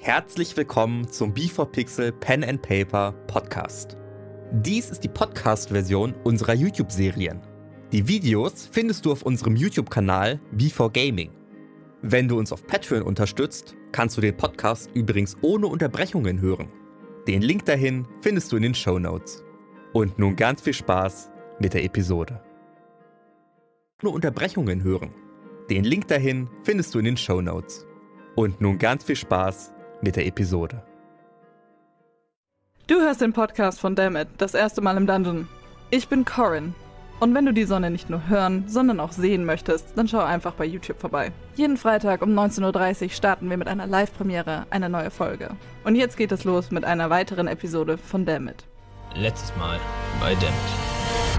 Herzlich willkommen zum B4Pixel Pen and Paper Podcast. Dies ist die Podcast-Version unserer YouTube-Serien. Die Videos findest du auf unserem YouTube-Kanal B4Gaming. Wenn du uns auf Patreon unterstützt, kannst du den Podcast übrigens ohne Unterbrechungen hören. Den Link dahin findest du in den Shownotes. Und nun ganz viel Spaß mit der Episode. Ohne Unterbrechungen hören. Den Link dahin findest du in den Shownotes. Und nun ganz viel Spaß mit der Episode. Du hörst den Podcast von Dammit, das erste Mal im Dungeon. Ich bin Corin. Und wenn du die Sonne nicht nur hören, sondern auch sehen möchtest, dann schau einfach bei YouTube vorbei. Jeden Freitag um 19.30 Uhr starten wir mit einer Live-Premiere eine neue Folge. Und jetzt geht es los mit einer weiteren Episode von Dammit. Letztes Mal bei Dammit.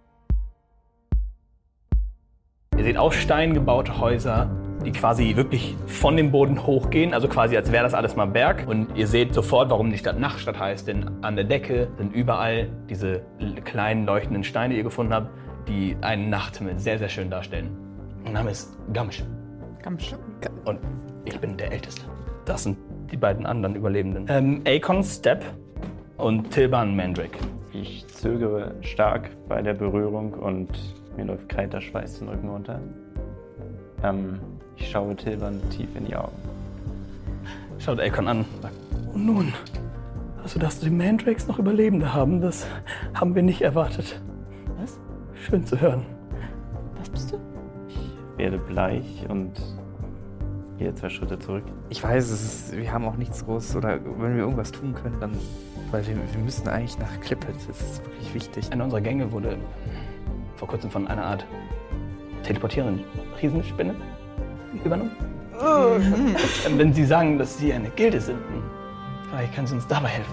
Ihr seht aus Stein gebaute Häuser, die quasi wirklich von dem Boden hochgehen, also quasi als wäre das alles mal Berg. Und ihr seht sofort, warum die Stadt Nachtstadt heißt, denn an der Decke sind überall diese kleinen leuchtenden Steine, die ihr gefunden habt, die einen Nachthimmel sehr, sehr schön darstellen. Mein Name ist Gamsch. Gamsch. Und ich bin der Älteste. Das sind die beiden anderen Überlebenden. Akon Stepp und Tilban Mandrake. Ich zögere stark bei der Berührung und mir läuft kalter Schweiß den Rücken runter. Ich schaue Tilban tief in die Augen. Schaut Akon an und sagt, oh nun, also dass die Mandrakes noch Überlebende haben, das haben wir nicht erwartet. Was? Schön zu hören. Was bist du? Ich werde bleich und gehe 2 Schritte zurück. Ich weiß, wir haben auch nichts groß, oder wenn wir irgendwas tun können, dann, weil wir müssen eigentlich nach Klippet, das ist wirklich wichtig. Eine unserer Gänge wurde vor kurzem von einer Art teleportierenden Riesenspinne übernommen. Wenn Sie sagen, dass Sie eine Gilde sind, vielleicht können Sie uns dabei helfen.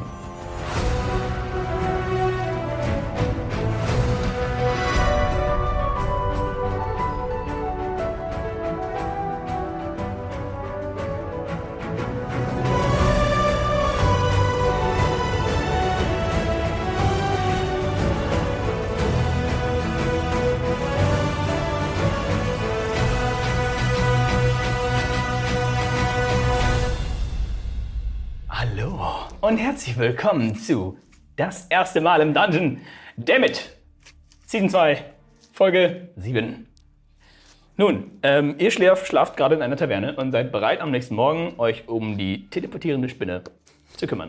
Und herzlich willkommen zu Das erste Mal im Dungeon Dammit, Season 2, Folge 7. Nun, ihr schlaft gerade in einer Taverne und seid bereit, am nächsten Morgen euch um die teleportierende Spinne zu kümmern.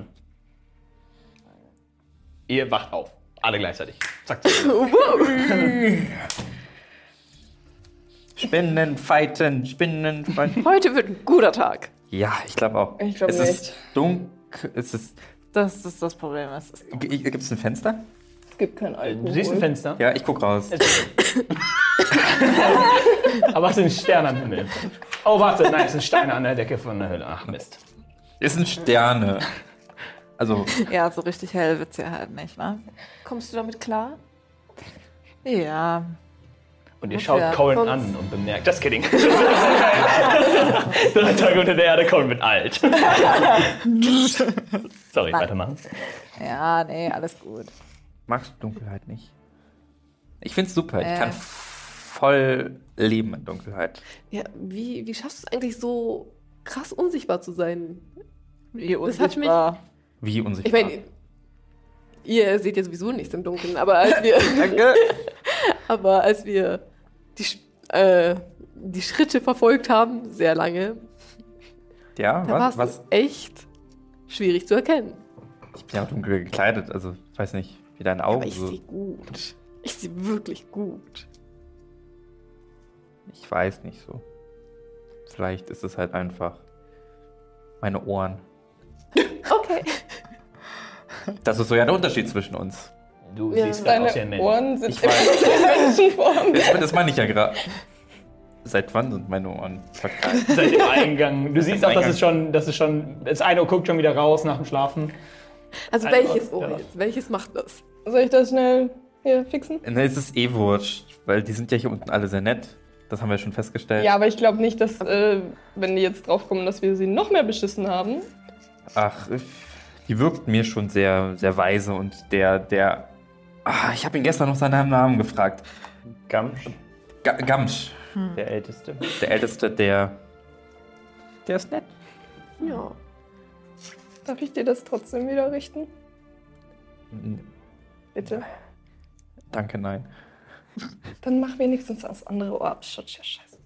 Ihr wacht auf, alle gleichzeitig. Zack, zack. Spinnen fighten. Heute wird ein guter Tag. Ja, ich glaube auch. Ich glaube es nicht. ist dunkel, es ist... Das ist das Problem. Gibt es ein Fenster? Es gibt kein Alkohol. Du siehst ein Fenster, Ja, ich guck raus. aber es sind Sterne am Himmel. Oh, warte, nein, es sind Steine an der Decke von der Höhle. Ach, Mist. Es sind Sterne. Also, Ja, so richtig hell wird's ja halt nicht, wa? Kommst du damit klar? Ja. Und ihr schaut Ja, Corin sonst- an und bemerkt, das kidding. 3 Tage unter der Erde, Corin wird alt. Sorry, Nein. weitermachen. Ja, nee, alles gut. magst du Dunkelheit nicht? Ich find's super. Ich kann voll leben in Dunkelheit. Ja, wie schaffst du es eigentlich so krass unsichtbar zu sein? Wie Das hat mich- unsichtbar. Wie Ich unsichtbar. meine, ihr seht ja sowieso nichts im Dunkeln, aber als wir, Danke. aber als wir die Schritte verfolgt haben, sehr lange, Ja, da war was? es echt schwierig zu erkennen. Ich bin ja auch dunkel gekleidet, also ich weiß nicht, wie deine Augen Aber ich so... sehe gut. Ich sehe wirklich gut. Ich weiß nicht so. Vielleicht ist es halt einfach meine Ohren. Okay. Das ist so ja der Unterschied zwischen uns. Du Ja, siehst gerade aus wie ein Mensch. Ohren sind Ich weiß. Menschenform. Das meine ich ja gerade. Seit wann sind meine Ohren verkleidet? Seit dem Eingang. Du siehst auch, Eingang. das eine Ohr guckt schon wieder raus nach dem Schlafen. Also Ein welches Ohr, Ohr ja. jetzt? Welches macht das? Soll ich das schnell hier fixen? Ne, es ist eh wurscht, weil die sind ja hier unten alle sehr nett. Das haben wir schon festgestellt. Ja, aber ich glaube nicht, dass, wenn die jetzt draufkommen, dass wir sie noch mehr beschissen haben. Ach, die wirkt mir schon sehr, sehr weise und ich habe ihn gestern noch seinen Namen gefragt. Gamsch, Gamsch. der Älteste. Der Älteste, der ist nett. Ja. Darf ich dir das trotzdem wieder richten? Bitte. Danke, nein. Dann mach wenigstens das andere Ohr ab. Schutz, ja, scheiße.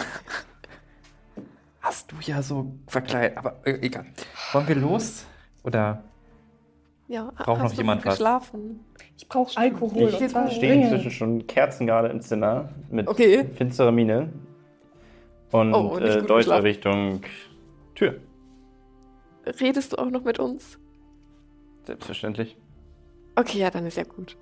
Hast du ja so verkleidet, aber egal. Wollen wir los? Oder Ja, braucht noch hast du jemand gut was? geschlafen? Ich brauche Alkohol. Ich und zwar stehe dringend. inzwischen schon Kerzen gerade im Zimmer mit Okay. finsterer Miene und Oh, nicht gut deute geschlafen. Richtung Tür. Redest du auch noch mit uns? Selbstverständlich. Okay, ja, dann ist ja gut.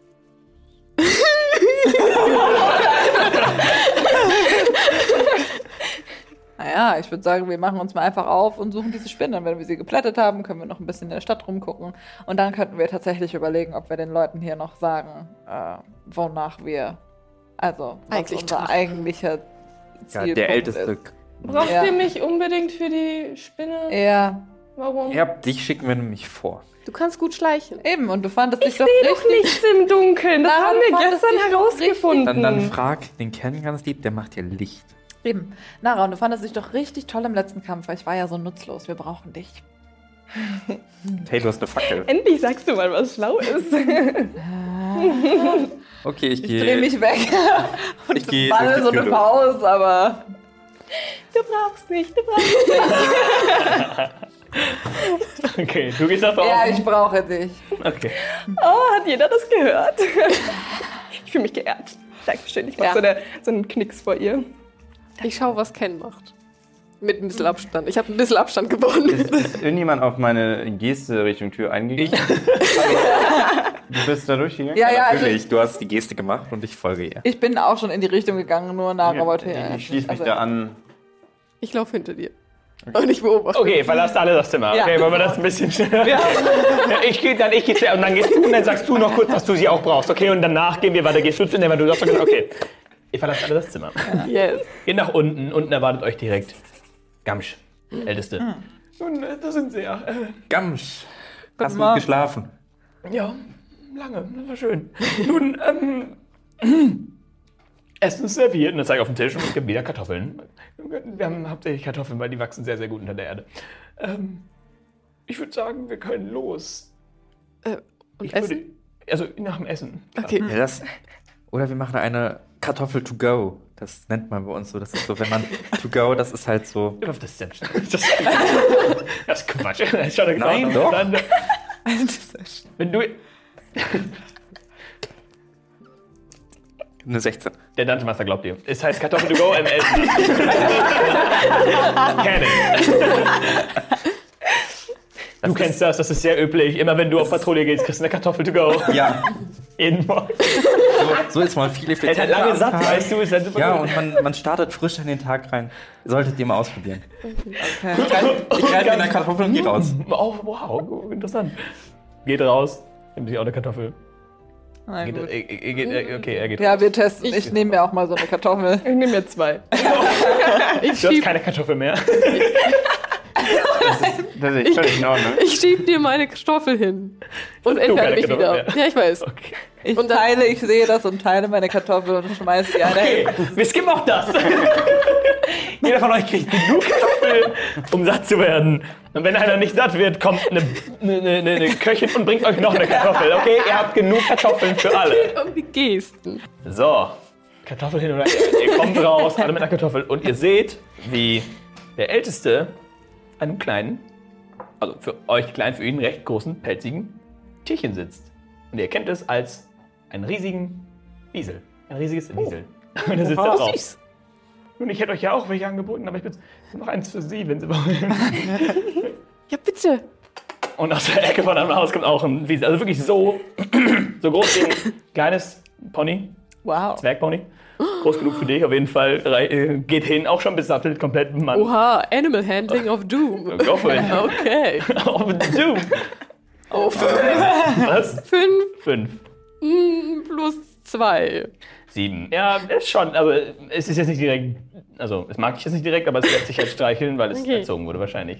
Naja, ich würde sagen, wir machen uns mal einfach auf und suchen diese Spinne. Und wenn wir sie geplättet haben, können wir noch ein bisschen in der Stadt rumgucken. Und dann könnten wir tatsächlich überlegen, ob wir den Leuten hier noch sagen, wonach wir, also was Eigentlich unser tun. eigentlicher Ja, Zielpunkt der Älteste. ist. Braucht Ja. ihr mich unbedingt für die Spinne? Ja, Warum? Ja, dich schicken wir nämlich vor. Du kannst gut schleichen. eben. Und du fandest dich Ich doch sehe doch richtig... nichts im Dunkeln. Das Daran haben wir fandest gestern dich doch herausgefunden. Dann frag den Ken ganz lieb, der macht dir Licht. Eben. Nara, und du fandest dich doch richtig toll im letzten Kampf, weil ich war ja so nutzlos. Wir brauchen dich. Hey, du hast eine Fackel. Endlich sagst du mal, was schlau ist. Okay, ich Ich drehe gehe. mich weg und Ich geh balle durch so die eine Tür. Pause, aber... Du brauchst nicht. Okay, du gehst nach draußen. Ja, ich brauche dich. Okay. Oh, hat jeder das gehört? Ich fühle mich geehrt. Dankeschön. Ich mach Ja. so einen Knicks vor ihr. Ich schau, was Ken macht. Mit ein bisschen Abstand. Ich habe ein bisschen Abstand gewonnen. Ist irgendjemand auf meine Geste Richtung Tür eingegangen? Du bist da durchgegangen? Ja, ja, also Natürlich, du hast die Geste gemacht und ich folge ihr. ich bin auch schon in die Richtung gegangen, nur Nara wollte ja. Ich schließe mich also- da an. Ich laufe hinter dir. Und ich beobachte. Okay, verlasst alle das Zimmer. Ja. Okay, wollen wir das ein bisschen schneller? Ja. Ich gehe zuerst und dann gehst du und dann sagst du noch kurz, dass du sie auch brauchst. Okay, und danach gehen wir weiter. Gehst du zu der, weil du hast doch gesagt, okay. Ihr verlasst alle das Zimmer. Yes. Geht nach unten. Unten erwartet euch direkt Gamsch, Älteste. Nun, da sind sie ja. Gamsch. Hast du Morgen. gut geschlafen? Ja, lange. Das war schön. Nun, Essen ist serviert. Und dann zeige ich auf den Tisch und es gibt wieder Kartoffeln. Wir haben hauptsächlich Kartoffeln, weil die wachsen sehr, sehr gut unter der Erde. Ich würde sagen, wir können los. Und Ich Essen? würde, also nach dem Essen. Klar. Okay. Ja, oder wir machen eine Kartoffel to go. Das nennt man bei uns so. Das ist so, wenn man to go, das ist halt so. Das ist Deception. Das ist Quatsch. Schau dir Nein, genau doch. an. Wenn du. Eine 16. Der Dungeon Master glaubt dir. Es heißt Kartoffel to go im Essen. Canon. Du kennst das ist sehr üblich. Immer wenn du auf Patrouille gehst, kriegst du eine Kartoffel to go. Ja, Jeden Morgen. so ist man viel Er ist halt effizienter lange am satt, Tag. weißt du. Ist halt super Ja, gut. und man startet frisch in den Tag rein. Solltet ihr mal ausprobieren. Okay. Ich greife in der Kartoffel und geh raus. Oh, wow, interessant. Geht raus, nimmt sich auch eine Kartoffel. Na Geht, gut. okay, er geht Ja, raus. wir testen. Ich nehme mir auch mal so eine Kartoffel. Ich nehme mir 2. Du hast keine Kartoffel mehr. Das ist völlig in Ordnung. Ich schieb dir meine Kartoffel hin. Und entferne keine mich Kartoffel wieder. mehr. Ja, ich weiß. Okay. Ich Und dann- teile, ich sehe das und teile meine Kartoffel und schmeiße die eine Okay, wir skippen auch das. Jeder von euch kriegt genug Kartoffeln, um satt zu werden. Und wenn einer nicht satt wird, kommt eine Köchin und bringt euch noch eine Kartoffel. Okay, ihr habt genug Kartoffeln für alle. Um die Gesten. So, Kartoffel hin oder her. Ihr kommt raus, alle mit einer Kartoffel. Und ihr seht, wie der Älteste einem kleinen, also für euch klein, für ihn recht großen, pelzigen Tierchen sitzt. Und ihr erkennt es als einen riesigen Wiesel. Ein riesiges Wiesel. Und er sitzt da drauf. Süß. Nun, ich hätte euch ja auch welche angeboten, aber ich bin noch eins für Sie, wenn Sie wollen. Ja, bitte. Und aus der Ecke von einem Haus kommt auch ein Wiesel. Also wirklich so groß wie ein kleines Pony, Wow. Zwergpony. Groß genug für dich, auf jeden Fall. Geht hin, auch schon besattelt, komplett bemannt. Oha, Animal Handling of Doom. Go for it. Okay. Oh, du. Oh, Was? 5 5. plus 2. 7. Ja, ist schon, also es ist jetzt nicht direkt, also es mag ich jetzt nicht direkt, aber es lässt sich halt streicheln, weil es Okay. erzogen wurde wahrscheinlich.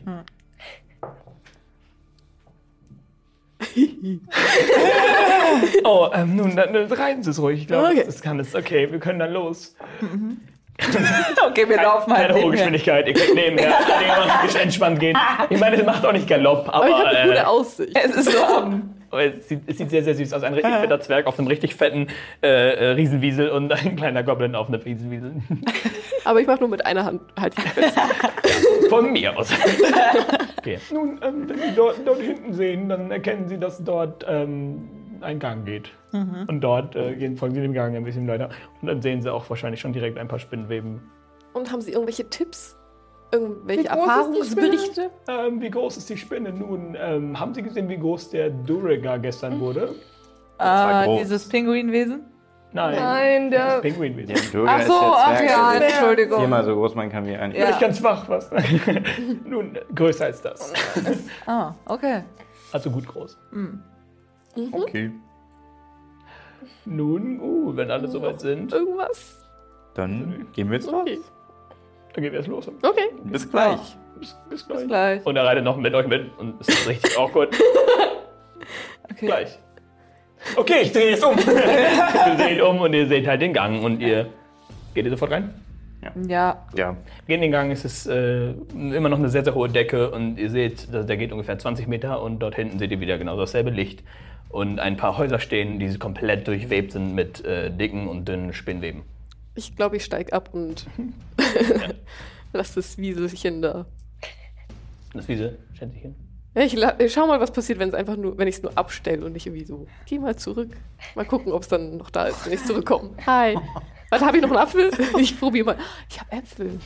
Oh, nun, dann reiten Sie es ruhig. Ich glaube, Okay. das kann es. Okay, wir können dann los. Okay, wir laufen halt Keine hohe nebenher. Geschwindigkeit, ihr könnt nebenher einigermaßen entspannt gehen. Ich meine, es macht auch nicht Galopp, Aber ich habe eine gute aber Aussicht. Es ist so es sieht sehr, sehr süß aus. Ein richtig fetter Zwerg auf einem richtig fetten Riesenwiesel und ein kleiner Goblin auf einem Riesenwiesel. Aber ich mache nur mit einer Hand halt hier fest. Von mir aus. Okay. Nun, wenn Sie dort hinten sehen, dann erkennen Sie, dass dort ein Gang geht. Und dort folgen Sie dem Gang ein bisschen weiter. Und dann sehen Sie auch wahrscheinlich schon direkt ein paar Spinnenweben. Und haben Sie irgendwelche Tipps? Irgendwelche Wie groß ist die Erfahrungsberichte? Wie groß ist die Spinne? Nun, haben Sie gesehen, wie groß der Duriger gestern wurde? groß. Dieses Pinguinwesen? Nein, der. Das Pinguinwesen. Der Bürger Ach so, ist der ach Zwerg, ja, der Entschuldigung. viermal so groß man kann wie ein. Ja. Vielleicht ganz schwach, was? Nun, größer als das. Ah, okay. Also gut groß. Okay. Nun, wenn alle soweit sind, dann Irgendwas? Dann gehen wir jetzt los. Okay. geht es los. Okay. Bis gleich. Bis gleich. Bis gleich. Und er reitet noch mit euch mit und es ist richtig awkward. Okay. Gleich. Okay, ich drehe jetzt um. Ihr dreht um und ihr seht halt den Gang und ihr geht sofort rein. Ja. Ja. Gehen den Gang, es ist immer noch eine sehr, sehr hohe Decke und ihr seht, der geht ungefähr 20 Meter und dort hinten seht ihr wieder genau dasselbe Licht. Und ein paar Häuser stehen, die komplett durchwebt sind mit dicken und dünnen Spinnweben. Ich glaube, ich steige ab und lass das Wieselchen da. Das Wiese, Schätzchen. Ja, ich schau mal, was passiert, wenn ich es nur abstelle und nicht irgendwie so. Geh mal zurück. Mal gucken, ob es dann noch da ist, wenn ich zurückkomme. Hi. Warte, habe ich noch einen Apfel? Ich probiere mal. Ich habe Äpfel.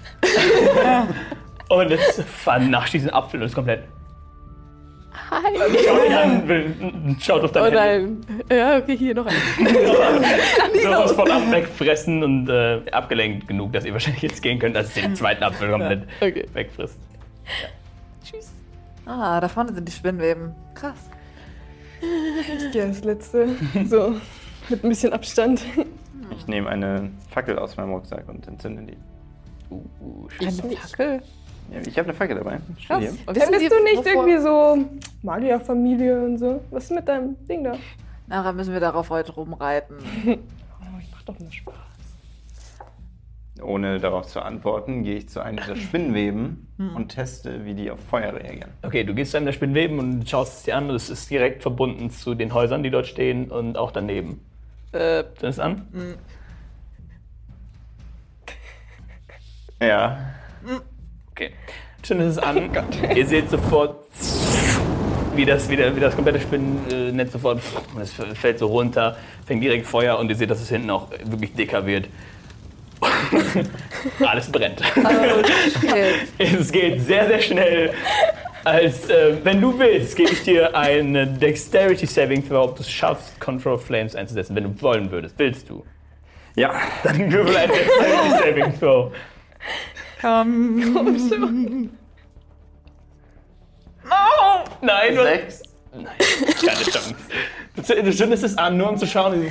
Und es vernascht diesen Apfel und ist komplett. Hi. Schaut ihn an, schaut auf Oh dein Handy. nein. Ja, okay, hier noch ein. Sowas von ab wegfressen und abgelenkt genug, dass ihr wahrscheinlich jetzt gehen könnt, dass ihr den zweiten Apfel komplett Okay. wegfrisst. Tschüss. Ah, da vorne sind die Spinnweben. Krass. Ich gehe als Letzte. So, mit ein bisschen Abstand. Ich nehme eine Fackel aus meinem Rucksack und entzünde die. Eine Fackel? Ja, ich habe eine Fackel dabei. Krass. Hier. Und Bist wissen Sie, du nicht wovor- irgendwie so Magierfamilie und so? Was ist mit deinem Ding da? Nachher müssen wir darauf heute rumreiten. Oh, ich mach doch nur Spaß. Ohne darauf zu antworten, gehe ich zu einem dieser Spinnenweben und teste, wie die auf Feuer reagieren. Okay, du gehst zu einem der Spinnweben und schaust es dir an und es ist direkt verbunden zu den Häusern, die dort stehen und auch daneben. Zündest es an? Ja. Okay. Zündest es an. Ihr seht sofort, wie das komplette Spinnennetz sofort, es fällt so runter, fängt direkt Feuer und ihr seht, dass es hinten auch wirklich dicker wird. Alles brennt. Okay. Es geht sehr, sehr schnell. Als wenn du willst, gebe ich dir eine Dexterity Saving Throw, ob du es schaffst, Control Flames einzusetzen. Wenn du wollen würdest. Willst du? Ja. Dann würfel ein Dexterity Saving Throw. Nein, was? 6. Nein, keine Chance. Du zündest es an, nur um zu schauen.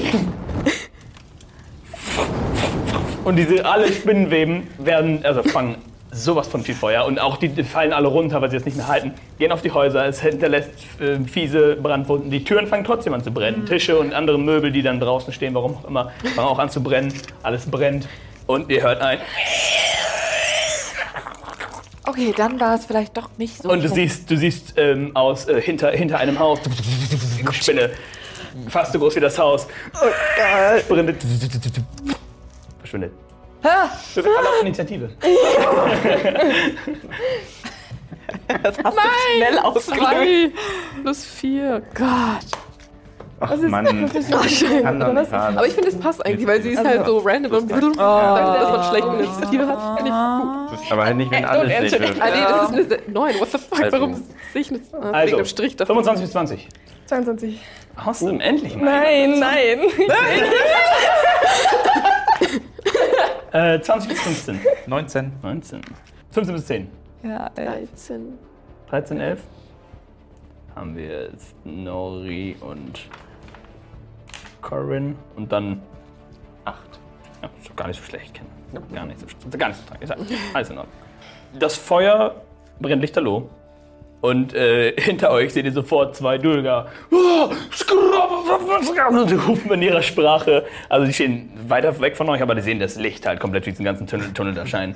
Und diese alle Spinnenweben fangen sowas von viel Feuer und auch die fallen alle runter, weil sie es nicht mehr halten. Gehen auf die Häuser, es hinterlässt fiese Brandwunden. Die Türen fangen trotzdem an zu brennen. Tische und andere Möbel, die dann draußen stehen, warum auch immer, fangen auch an zu brennen. Alles brennt und ihr hört ein. Okay, dann war es vielleicht doch nicht so. Und du schlimm. siehst hinter einem Haus eine Spinne, fast so groß wie das Haus. Brennt. Verschwindet. Wir sind alle auf Initiative. Das hast du schnell ausgelöst. 2 plus 4. Gott. Ach Mann, kann doch nicht wahr Aber ich finde, es passt eigentlich, weil sie ist halt so random und danke, dass man schlechte Initiative hat. Finde ich gut. Aber halt nicht, wenn alle schlecht wird. Ah, nee, das ist eine 9. What the fuck? Also. Warum sehe ich nicht? Wegen Also, dem Strich davon. 25 bis 20. 22. Hast du endlich mal? Nein. 20 bis 15. 19. 19. 15 bis 10. Ja, 13. 13, 11. Haben wir Snorri und Corin und dann 8. Ja, ist doch gar nicht so schlecht, Ken. Gar nicht so tragisch. Alles in Ordnung. Das Feuer brennt lichterloh Und hinter euch seht ihr sofort 2 Dulgar. Und sie rufen in ihrer Sprache. Also die stehen weiter weg von euch, aber die sehen das Licht halt komplett durch diesen ganzen Tunnel da scheinen.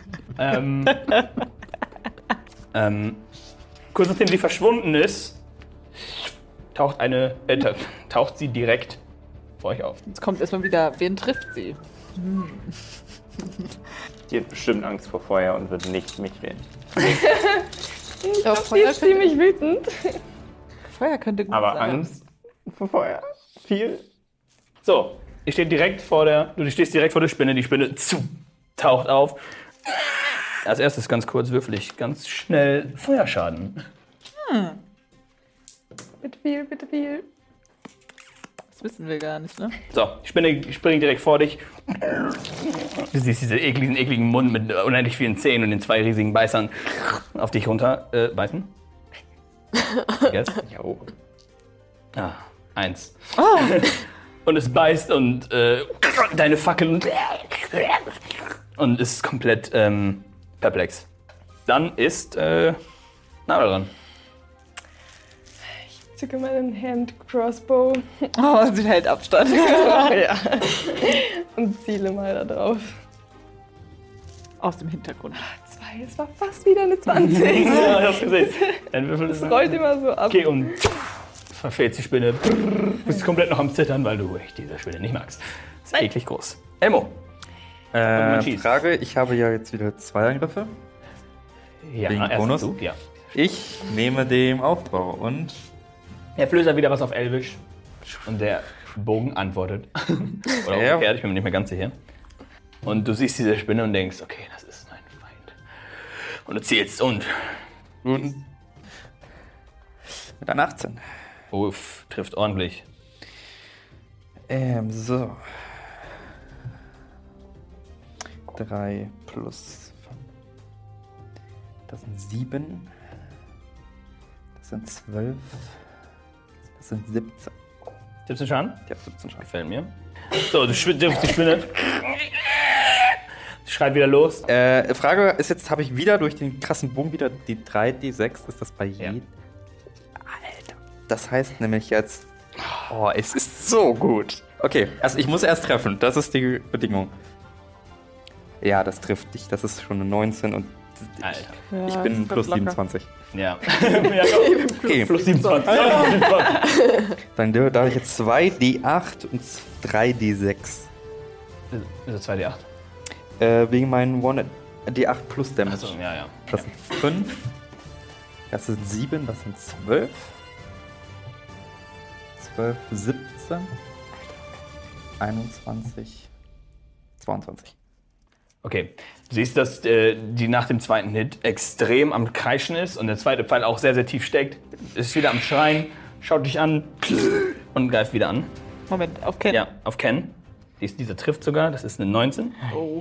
Kurz nachdem sie verschwunden ist, taucht sie direkt vor euch auf. Jetzt kommt erstmal wieder, wen trifft sie? Die hat bestimmt Angst vor Feuer und wird nicht mich wählen. Ich glaube, die ist ziemlich wütend. Feuer könnte gut Aber sein. Angst vor Feuer? Viel? So, du stehst direkt vor der Spinne, die Spinne taucht auf. Als erstes ganz kurz würfel ich ganz schnell Feuerschaden. Bitte viel, bitte viel. Das wissen wir gar nicht, ne? So, die Spinne springt direkt vor dich. Du siehst diesen ekligen Mund mit unendlich vielen Zähnen und den 2 riesigen Beißern auf dich runter beißen. Jetzt? Jo. 1. Und es beißt und deine Fackel und ist komplett perplex. Dann ist Nabel dran. Ich zücke meinen Hand-Crossbow. Oh, sie hält Abstand. Ja. Und ziele mal da drauf. Aus dem Hintergrund. 2, es war fast wieder eine 20. Ja, ich hab's gesehen. Ein Würfel Es rollt immer so ab. Okay, und verfehlt die Spinne. Bist komplett noch am Zittern, weil du echt diese Spinne nicht magst. Ist eklig groß. Elmo. schießt. Frage, ich habe ja jetzt wieder 2 Angriffe. Ja, Wegen erster Bonus? Zug, ja. Ich nehme den Aufbau und Er flößt wieder was auf Elvisch und der Bogen antwortet. Oder Ja. umgekehrt, ich bin mir nicht mehr ganz sicher. Und du siehst diese Spinne und denkst, okay, das ist mein Feind. Und du zielst und mit einer 18. uff, trifft ordentlich. So. 3 plus 5. Das sind 7. Das sind 12. Das sind 17. 17 Schaden? Ich habe 17 Schaden. Gefällt mir. So, du triffst die Spinne. Sie schreit wieder los. Frage ist jetzt, habe ich wieder durch den krassen Bogen wieder die 3d6? Ist das bei jedem? Alter. Das heißt nämlich jetzt... Oh, es ist so gut. Okay, also ich muss erst treffen. Das ist die Bedingung. Ja, das trifft dich. Das ist schon eine 19 und Alter. ich bin plus 27. Ja. Okay, Plus 27. dann darf ich jetzt 2d8 und 3d6. Also 2d8. Wegen meinen d8 plus Damage. Achso, ja. Das sind 5. Das sind 7, das sind 12. 12, 17. 21. 22. Okay, du siehst, dass die nach dem zweiten Hit extrem am Kreischen ist und der zweite Pfeil auch sehr, sehr tief steckt. Ist wieder am Schreien, schaut dich an und greift wieder an. Moment, auf Ken. Ja, auf Ken. Dieser trifft sogar, das ist eine 19. Oh.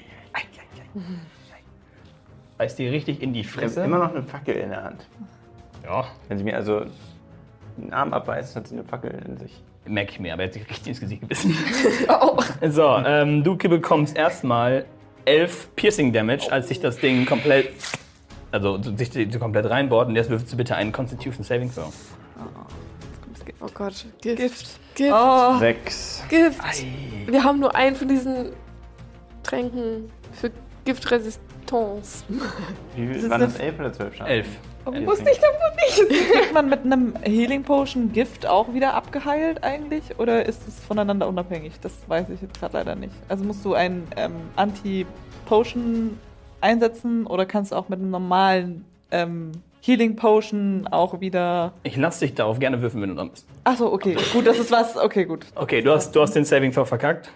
Beißt dir richtig in die Ich habe Fresse. immer noch eine Fackel in der Hand. Ja, Wenn sie mir also den Arm abbeißt, hat sie eine Fackel in sich. merke ich mir, aber er hat sich richtig ins Gesicht gebissen. So, du bekommst erstmal 11 Piercing Damage, als sich das Ding komplett, also sich komplett reinbohrt. Und jetzt würfelst du bitte einen Constitution Saving Throw. Oh Gott, Gift. Gift. Oh, 6. Gift. Wir haben nur einen von diesen Tränken für Giftresistance. Wie waren das 11 oder 12 Schaden? 11. Wusste ich davon nicht. wird man mit einem Healing Potion Gift auch wieder abgeheilt eigentlich? Oder ist es voneinander unabhängig? Das weiß ich jetzt gerade leider nicht. Also musst du ein Anti-Potion einsetzen oder kannst du auch mit einem normalen Healing Potion auch wieder... Ich lass dich darauf gerne würfeln, wenn du dran bist. Achso, okay, gut, das ist was. Okay, gut. Okay, du hast den Saving Throw verkackt.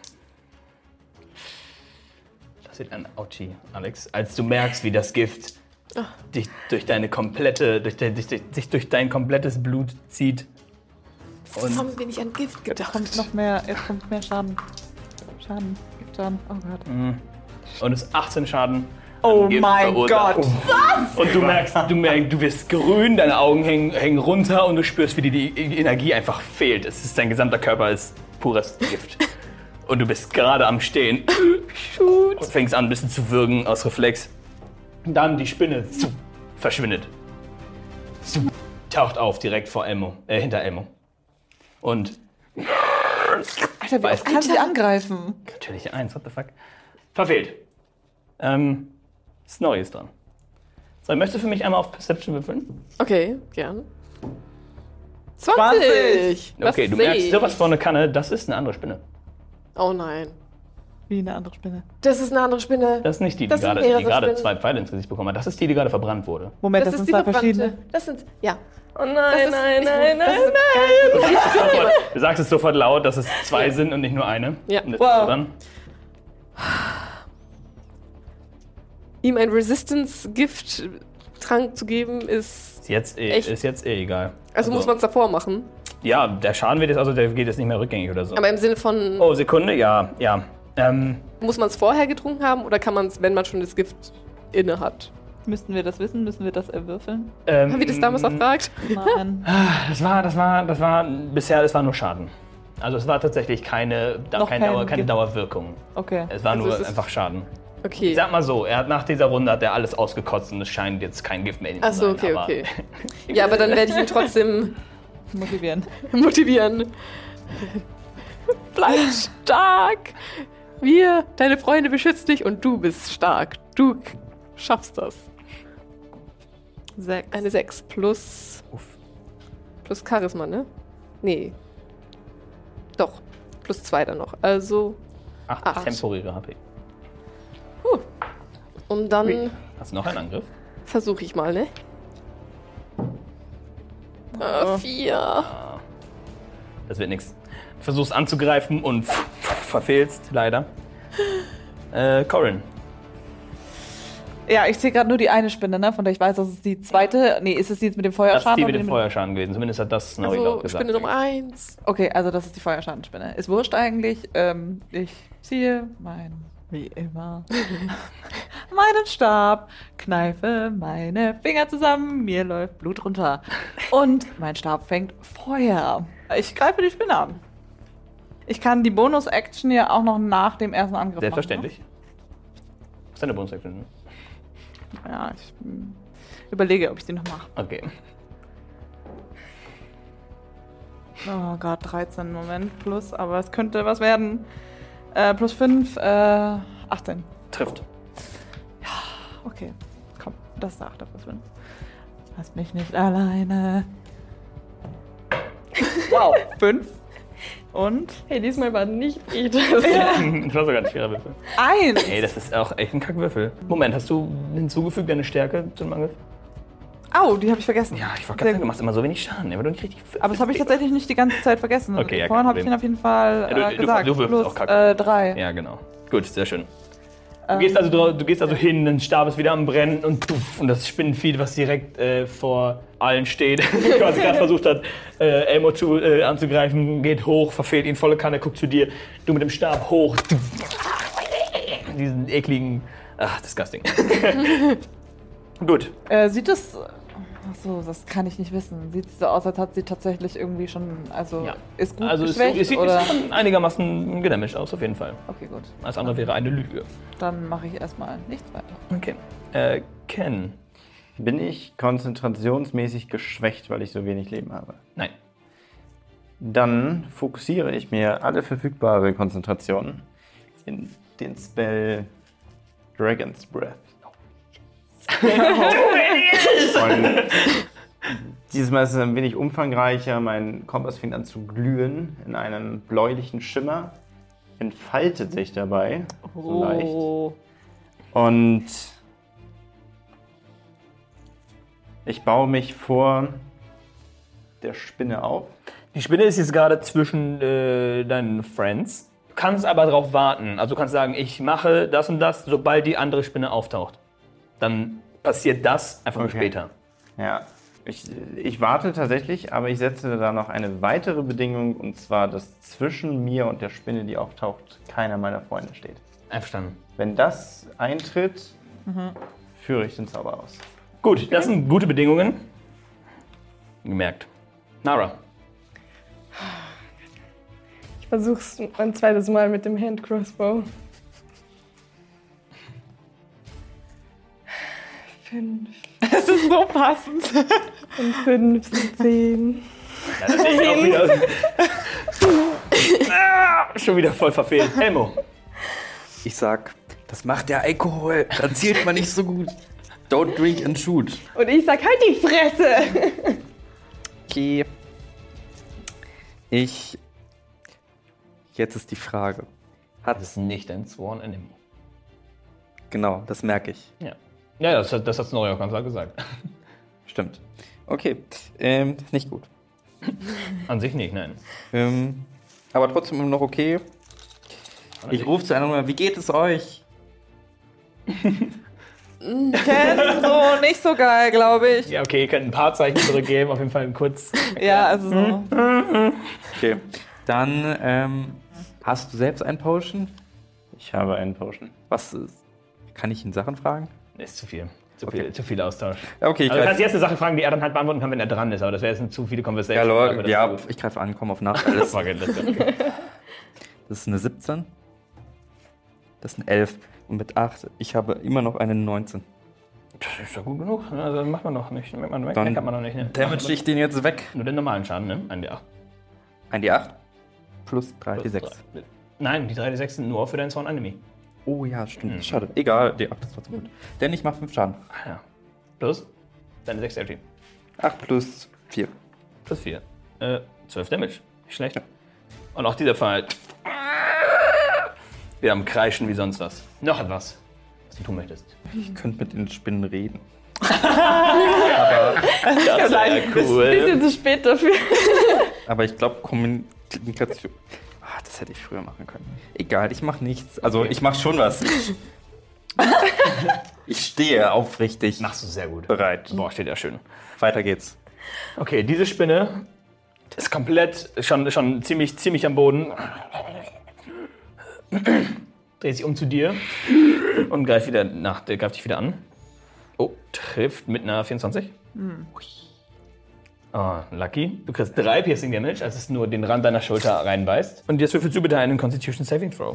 Das wird ein Ouchie, Alex. Als du merkst, wie das Gift dich durch deine komplette, sich durch dein komplettes Blut zieht. Und Haben wir nicht an Gift Jetzt gedacht? kommt noch mehr, jetzt kommt mehr Schaden. Giftschaden. Oh Gott. und es 18 Schaden. Oh an Gift mein verursacht. Gott. Und du merkst, du wirst grün, deine Augen hängen runter und du spürst, wie dir die Energie einfach fehlt. Dein gesamter Körper ist pures Gift. Und du bist gerade am Stehen und fängst an, ein bisschen zu würgen aus Reflex. Dann die Spinne verschwindet. taucht auf direkt vor Elmo, hinter Elmo. Und Alter, wie oft kann sie angreifen? natürlich 1, what the fuck. Verfehlt. Snorri ist dran. So, möchtest du für mich einmal auf Perception würfeln? Okay, gern. 20! Okay, du merkst sowas vor eine Kanne, das ist eine andere Spinne. Oh nein. Wie eine andere Spinne. Das ist eine andere Spinne. Das ist nicht die, die Das sind gerade mehrere 2 Pfeile ins Gesicht bekommen hat. Das ist die, die gerade verbrannt wurde. Moment, Das das ist sind die zwei verschiedene. verbrannte. Das sind, ja. Oh nein, Das ist- nein, nein, das nein, ist- nein. Du sagst es sofort laut, dass es 2 sind und nicht nur eine. Ja. Und das Wow. ist dann. Ihm ein Resistance-Gift-Trank zu geben, ist. Ist jetzt egal. Also muss man es davor machen. Ja, der Schaden wird jetzt, also der geht jetzt nicht mehr rückgängig oder so. Aber im Sinne von, Oh, Sekunde, ja. muss man es vorher getrunken haben oder kann man es, wenn man schon das Gift inne hat? Müssten wir das wissen? Müssen wir das erwürfeln? Haben wir das damals erfragt? Nein. Das war bisher, es war nur Schaden. Also es war tatsächlich keine kein Dauerwirkung. Okay. Es war Also nur es ist- einfach Schaden. Okay. Ich sag mal so, nach dieser Runde hat er alles ausgekotzt und es scheint jetzt kein Gift mehr in ihm Achso, zu sein. okay, okay. Ja, aber dann werde ich ihn trotzdem Motivieren. motivieren. Bleib stark! Wir, deine Freunde, beschützen dich und du bist stark. Du schaffst das. 6. Eine 6 plus. Plus Charisma, ne? Nee. Doch. Plus 2 dann noch. Also. 8 8. temporäre HP. Und dann Hast du noch einen Angriff? versuche ich mal, ne? 4. Das wird nichts. Du versuchst anzugreifen und verfehlst, leider. Corin. Ja, ich sehe gerade nur die eine Spinne, ne? Von der ich weiß, dass es die zweite. Nee, ist es die jetzt mit dem Das ist Feuerschaden? die oder mit dem Feuerschaden gewesen. Zumindest hat das Snorri Also laut gesagt. Spinne Nummer 1. Okay, also das ist die Feuerschadensspinne. Ist wurscht eigentlich. Ich ziehe wie immer, meinen Stab, kneife meine Finger zusammen, mir läuft Blut runter. Und mein Stab fängt Feuer. Ich greife die Spinne an. Ich kann die Bonus-Action ja auch noch nach dem ersten Angriff Selbstverständlich. Was ist deine Bonus-Action? machen. Ne? Ja, ich überlege, ob ich die noch mache. Okay. Oh Gott, 13, Moment, plus, aber es könnte was werden. Plus 5, 18. Trifft. Okay, komm, das sagt er plus 5. Lass mich nicht alleine. Wow, 5. Und Hey, diesmal war nicht ich das. Das war sogar ein schwerer Würfel. 1. Ey, das ist auch echt ein Kackwürfel. Moment, hast du hinzugefügt deine Stärke zum Angriff? Au, die habe ich vergessen. Ja, ich wollte Sehr gerade sagen, du gut. machst immer so wenig Schaden, aber du nicht richtig. Aber das habe ich tatsächlich nicht die ganze Zeit vergessen. Okay, ja, Vorhin kein habe ich Problem. ihn auf jeden Fall Ja, du gesagt. würfelst plus auch Kacke. 3. Ja, genau. Gut, sehr schön. Du gehst also hin, dein Stab ist wieder am Brennen und das Spinnenvieh, was direkt vor allen steht, quasi gerade versucht hat, Elmo anzugreifen, geht hoch, verfehlt ihn volle Kanne, guckt zu dir, du mit dem Stab hoch. Diesen ekligen, disgusting. Gut. Sieht es. Achso, das kann ich nicht wissen. Sieht es so aus, als hat sie tatsächlich irgendwie schon. Also, Ja. ist gut Also es geschwächt, sieht oder? schon einigermaßen gedamaged aus, auf jeden Fall. Okay, gut. Alles andere wäre eine Lüge. Dann mache ich erstmal nichts weiter. Okay. Ken. Bin ich konzentrationsmäßig geschwächt, weil ich so wenig Leben habe? Nein. Dann fokussiere ich mir alle verfügbare Konzentration in den Spell Dragon's Breath. Und dieses Mal ist es ein wenig umfangreicher. Mein Kompass fängt an zu glühen in einem bläulichen Schimmer, entfaltet sich dabei so leicht. Und ich baue mich vor der Spinne auf. Die Spinne ist jetzt gerade zwischen deinen Friends. Du kannst aber darauf warten. Also du kannst sagen, ich mache das und das, sobald die andere Spinne auftaucht. Dann passiert das einfach nur Okay. später. Ja, ich warte tatsächlich, aber ich setze da noch eine weitere Bedingung, und zwar, dass zwischen mir und der Spinne, die auftaucht, keiner meiner Freunde steht. Einverstanden. Wenn das eintritt, führe ich den Zauber aus. Gut, das sind gute Bedingungen. Gemerkt. Nara. Ich versuch's ein zweites Mal mit dem Hand-Crossbow. 5. Es ist so passend. Und 15. Ja, das ist auch wieder schon wieder voll verfehlt. Elmo. Ich sag, das macht der Alkohol. Dann zielt man nicht so gut. Don't drink and shoot. Und ich sag, halt die Fresse! Okay. Jetzt ist die Frage. Das ist nicht ein Sworn Enemy. Genau, das merke ich. Ja. Ja, das hat Snorri auch ganz klar gesagt. Stimmt. Okay. Nicht gut. An sich nicht, nein. Aber trotzdem immer noch okay. Ich rufe zu einer Nummer, wie geht es euch? Ken, so nicht so geil, glaube ich. Ja, okay, ihr könnt ein paar Zeichen zurückgeben, auf jeden Fall kurz. Ja, also so. Okay. Dann, hast du selbst einen Potion? Ich habe einen Potion. Was ist? Kann ich ihn Sachen fragen? Ist zu viel. Zu viel Austausch. Okay, Also du kannst jetzt eine Sache fragen, die er dann halt beantworten kann, wenn er dran ist, aber das wäre jetzt zu viele Conversations. Ja, ich greife an, komm auf Nachteil. Das Okay, okay. ist eine 17. Das ist eine 11. Und mit 8, ich habe immer noch eine 19. Das ist doch gut genug. Also das macht man noch nicht. Dann Meckert man noch nicht. Ne? damage ich den jetzt weg. Nur den normalen Schaden, ne? Ein D8. Ein D8 plus 3 D6. Nein, die 3 D6 sind nur für deinen Sworn Enemy. Oh ja, stimmt. Schade. Egal, D8 ist trotzdem gut. Denn ich mache 5 Schaden. Ah, ja. Plus deine Dexterity. 8 plus 4. Plus 4. 12 Damage. Nicht schlecht. Ja. Und auch dieser Fall. Wir haben Kreischen wie sonst was. Noch etwas, was du tun möchtest. Ich könnte mit den Spinnen reden. Das wäre cool. Bisschen zu spät dafür. Aber ich glaube, Kommunikation. Das hätte ich früher machen können. Egal, ich mache nichts. Also, ich mache schon was. Ich stehe aufrichtig. Machst du sehr gut. Bereit. Boah, steht ja schön. Weiter geht's. Okay, diese Spinne ist komplett schon ziemlich am Boden. Dreht sich um zu dir und greift dich wieder an. Oh, trifft mit einer 24. Oh, lucky. Du kriegst 3 Piercing Damage, als es nur den Rand deiner Schulter reinbeißt. Und jetzt würfelst du bitte einen Constitution Saving Throw.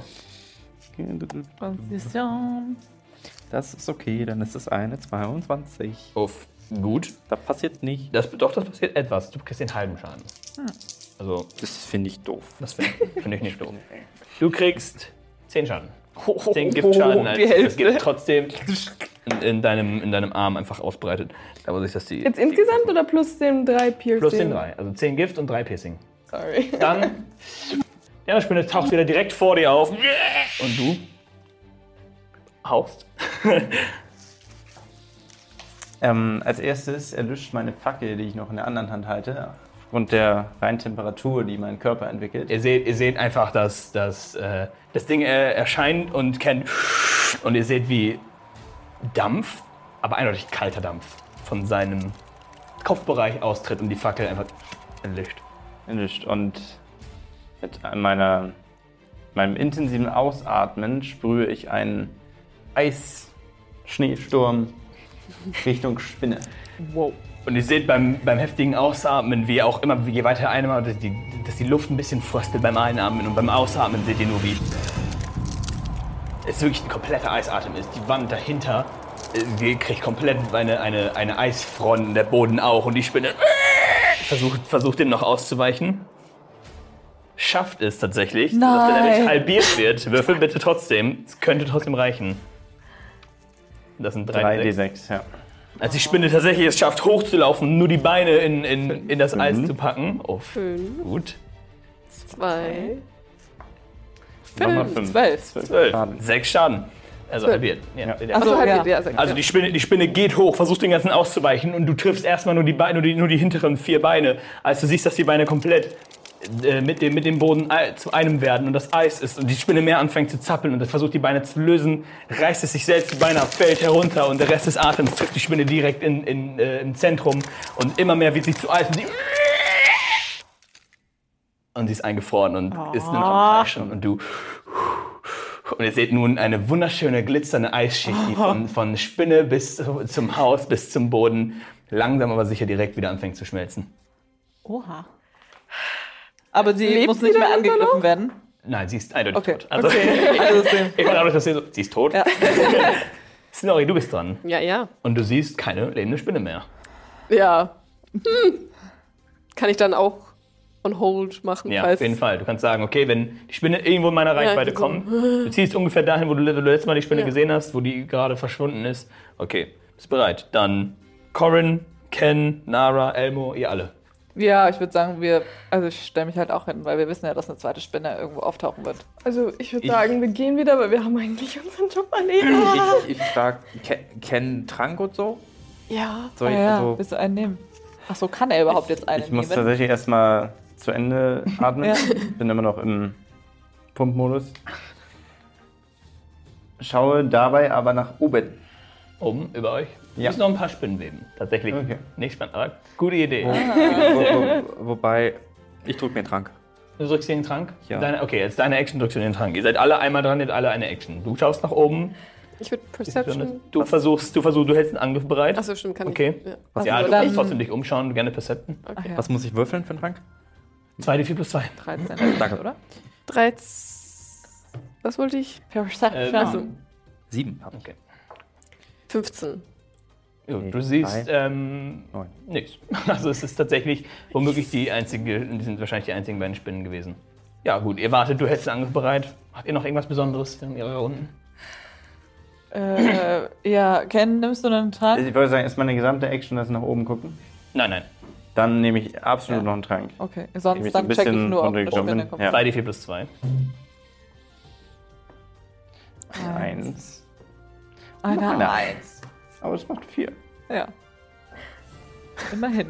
Das ist okay, dann ist es eine 22. Uff, gut. Das passiert nicht. Das passiert etwas. Du kriegst den halben Schaden. Also, Das finde ich doof. das find ich nicht doof. Du kriegst 10 Schaden. 10 Giftschaden, als das Gift trotzdem in deinem Arm einfach ausbreitet. Da wo sich das die. Jetzt insgesamt oder plus den 3 Piercing? Plus den 3. Also 10 Gift und 3 Piercing. Sorry. Dann. Die Spinne taucht wieder direkt vor dir auf. Und du haust. Als erstes erlischt meine Fackel, die ich noch in der anderen Hand halte, aufgrund der reinen Temperatur, die mein Körper entwickelt. Ihr seht einfach, dass das Ding erscheint und kennt. Und ihr seht, wie Dampf, aber eindeutig kalter Dampf, von seinem Kopfbereich austritt und die Fackel einfach Erlischt. Und mit meinem intensiven Ausatmen sprühe ich einen Eisschneesturm Richtung Spinne. Wow. Und ihr seht beim heftigen Ausatmen, wie auch immer, je weiter einatmet, dass die Luft ein bisschen fröstelt beim Einatmen. Und beim Ausatmen seht ihr nur, wie es wirklich ein kompletter Eisatem ist. Die Wand dahinter kriegt komplett eine Eisfront, der Boden auch. Und die Spinne versucht dem noch auszuweichen. Schafft es tatsächlich, dass der Damage halbiert wird. Würfel bitte trotzdem. Es könnte trotzdem reichen. Das sind 3d6, ja. Als die Spinne tatsächlich es schafft, hochzulaufen, nur die Beine in das Eis zu packen. Oh, 5. gut. 2. Nochmal 5. 5. 12. Schaden. 6 Schaden. Also halbiert. Ja. Achso, halbiert, ja. ja. Sag, Also die Spinne geht hoch, versucht den ganzen auszuweichen und du triffst erstmal nur die hinteren 4 Beine. Als du siehst, dass die Beine komplett mit dem Boden zu einem werden und das Eis ist und die Spinne mehr anfängt zu zappeln und das versucht die Beine zu lösen, reißt es sich selbst die Beine ab, fällt herunter und der Rest des Atems trifft die Spinne direkt im Zentrum und immer mehr wird sie zu Eis und sie ist eingefroren und ist nur noch am Kreischen und ihr seht nun eine wunderschöne glitzernde Eisschicht, die von Spinne bis zum Haus, bis zum Boden langsam aber sicher direkt wieder anfängt zu schmelzen. Oha. Aber sie muss nicht mehr angegriffen werden? Nein, sie ist eindeutig tot. Also ich war dadurch, dass sie ist tot. Ja. Snorri, du bist dran. Ja. Und du siehst keine lebende Spinne mehr. Ja. Kann ich dann auch on hold machen? Ja, auf jeden Fall. Du kannst sagen, okay, wenn die Spinne irgendwo in meiner Reichweite kommt, du ziehst ungefähr dahin, wo du letztes Mal die Spinne gesehen hast, wo die gerade verschwunden ist. Okay, bist bereit. Dann Corin, Ken, Nara, Elmo, ihr alle. Ja, ich würde sagen, ich stelle mich halt auch hin, weil wir wissen ja, dass eine zweite Spinne irgendwo auftauchen wird. Also ich würde sagen, wir gehen wieder, weil wir haben eigentlich unseren Job erledigt. Ich frage, Ken Trank und so? Ja. Soll ich willst du einen nehmen? Ach so, kann er überhaupt jetzt einen Ich muss nehmen? tatsächlich erstmal zu Ende atmen. Bin immer noch im Pumpmodus. Schaue dabei aber nach oben. Oben, über euch. Ja. Du musst noch ein paar Spinnenweben. Tatsächlich. Okay. Nicht spannend, aber gute Idee. Wobei, ich drücke mir einen Trank. Du drückst hier den Trank? Ja. Okay, jetzt deine Action drückst du den Trank. Ihr seid alle einmal dran, ihr habt alle eine Action. Du schaust nach oben. Ich würde Perception. Du hältst einen Angriff bereit. Achso, stimmt, kann Okay. ich. Ja. Ja, du dann- kannst trotzdem dich umschauen, gerne Percepten. Okay. Was muss ich würfeln für einen Trank? 2d4 plus 2. 13, Danke. oder? 13. Was wollte ich? Perception. Also 7 habe ich. Okay. 15. Ja, du siehst Neun. nichts. Also es ist tatsächlich womöglich die sind wahrscheinlich die einzigen beiden Spinnen gewesen. Ja gut, ihr wartet, du hältst den Angriff bereit. Habt ihr noch irgendwas Besonderes in ihrer Runden? Ja, Ken, nimmst du einen Trank? Ich wollte sagen, ist meine gesamte Action das nach oben gucken? Nein. Dann nehme ich absolut noch einen Trank. Okay, Ich sonst mich so ein dann check ich bisschen nur, ob eine runtergekommen Spinne bin. kommt. Ja. 2d4 plus 2. 1. Eine Eins. Aber es macht 4. Ja. Immerhin.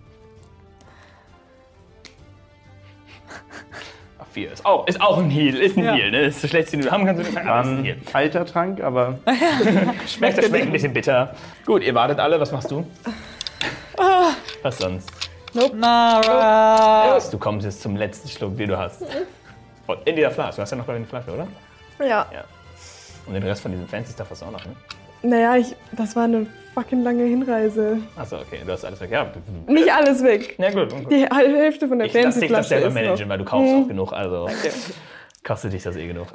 4 ist auch ein Heal. Ist ein Ja. Heal, ne? Das ist das Schlechteste, den du haben kannst. Aber ist ein Heal. Alter Trank, aber Schmeckt ein bisschen bitter. Gut, ihr wartet alle. Was machst du? Was sonst? Nara! Du kommst jetzt zum letzten Schluck, den du hast. Und in dieser Flasche. Du hast ja noch eine Flasche, oder? Ja. Und den Rest von diesem Fancy Stuff hast du auch noch, ne? Naja, das war eine fucking lange Hinreise. Achso, okay. Du hast alles weg. Ja, Nicht alles weg. na gut. Die halbe Hälfte von der Ich lasse Fancy dich das Flasche selber ist managen, noch. weil du kaufst auch genug. Also kostet dich das eh genug.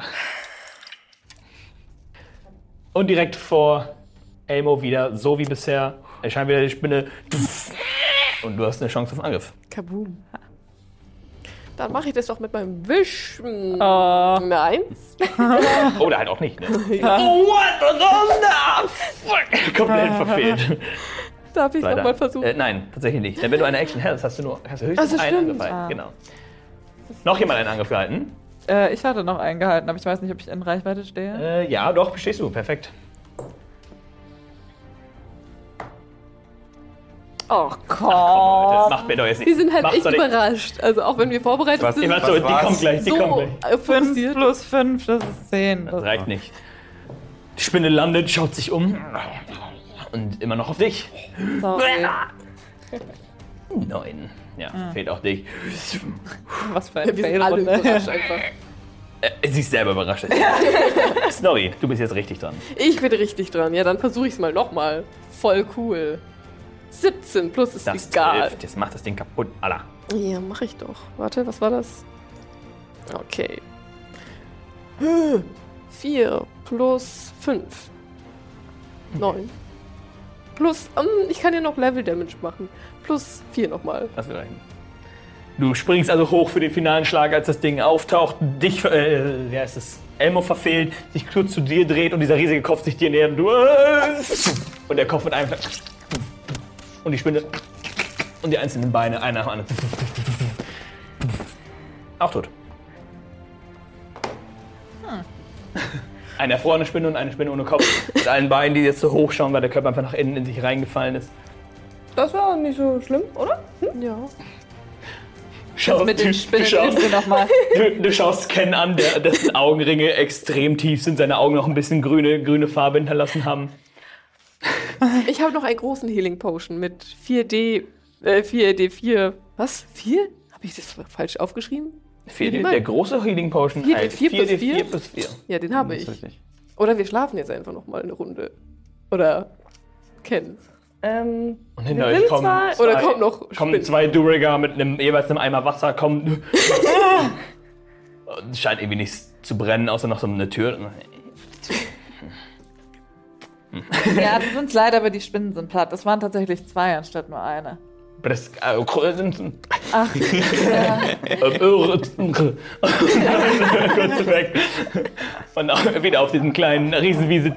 Und direkt vor Elmo wieder, so wie bisher, erscheint wieder die Spinne. Und du hast eine Chance auf Angriff. Kaboom. Dann mache ich das doch mit meinem Wischen. Oh. Nein. Oder halt auch nicht, ne? Oh, what? Fuck. Komplett verfehlt. Darf ich Leider. nochmal versuchen? Nein, tatsächlich nicht. Denn wenn du eine Action hältst, hast du höchstens Also einen stimmt. Angriff gehalten. Genau. Noch jemand einen Angriff gehalten? Ich hatte noch einen gehalten, aber ich weiß nicht, ob ich in Reichweite stehe. Ja, doch, bestehst du. Perfekt. Oh Bitte, Gott. macht mir doch jetzt nicht. Wir sind halt Macht's echt doch nicht. überrascht. Also auch wenn wir vorbereitet Was- sind. Warte, die kommt gleich, die kommt So gleich. 5 fokussiert. plus 5, das ist 10. Das reicht nicht. Die Spinne landet, schaut sich um. Und immer noch auf dich. Sorry. 9. Ja, fehlt auch dich. Was für ein Wir sind alle Fail-Runde. überrascht einfach. Sie ist selber überrascht. Snorri, du bist jetzt richtig dran. Ich bin richtig dran. Ja, dann versuche ich es mal nochmal. Voll cool. 17 plus ist Das egal. trifft. Jetzt macht das Ding kaputt. Allah. Ja, mache ich doch. Warte, was war das? Okay. 4 plus 5. 9. Plus, ich kann ja noch Level Damage machen. Plus 4 nochmal. Das wird reichen. Du springst also hoch für den finalen Schlag, als das Ding auftaucht, dich, wie heißt es, Elmo verfehlt, sich kurz zu dir dreht und dieser riesige Kopf sich dir nähert und du, und der Kopf mit einem, und die Spinne, und die einzelnen Beine, einer nach dem anderen, auch tot. Eine erfrorene Spinne und eine Spinne ohne Kopf, mit allen Beinen, die jetzt so hochschauen, weil der Körper einfach nach innen in sich reingefallen ist. Das war nicht so schlimm, oder? Ja. Schaust, Mit den Spinnen nimmst du nochmal. Du schaust Ken an, dessen Augenringe extrem tief sind, seine Augen noch ein bisschen grüne Farbe hinterlassen haben. Ich habe noch einen großen Healing Potion mit 4D4. Was? 4? Habe ich das falsch aufgeschrieben? Der große Healing Potion 4D4 heißt plus 4D4 4? plus 4. Ja, den habe das ist ich. richtig. Oder wir schlafen jetzt einfach nochmal eine Runde. Oder Ken. Und hinter Wir euch sind kommen, zwar- Oder kommt noch kommen Spinnen. zwei Duriger mit jeweils einem Eimer Wasser, kommen. Und es scheint irgendwie nichts zu brennen, außer noch so eine Tür. Ja, tut uns leid, aber die Spinnen sind platt. Es waren tatsächlich 2 anstatt nur eine. Kurz Ach, ja. weg. Und auch wieder auf diesen kleinen Riesenwiese.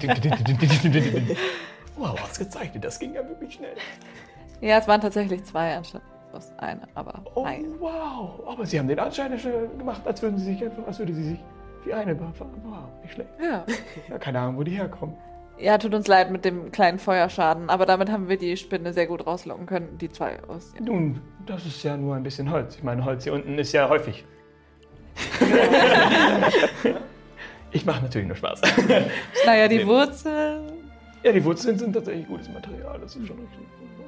Wow, ausgezeichnet, das ging ja wirklich schnell. Ja, es waren tatsächlich 2 anstatt bloß eine, aber Oh, nein. wow. Aber Sie haben den Anschein gemacht, als würde sie sich wie eine befahren. Wow, nicht schlecht. Ja. Ja, keine Ahnung, wo die herkommen. Ja, tut uns leid mit dem kleinen Feuerschaden, aber damit haben wir die Spinne sehr gut rauslocken können, die 2 aus. Nun, das ist ja nur ein bisschen Holz. Ich meine, Holz hier unten ist ja häufig. Ich mache natürlich nur Spaß. Naja, die Wurzeln. Ja, die Wurzeln sind tatsächlich gutes Material, das ist schon richtig.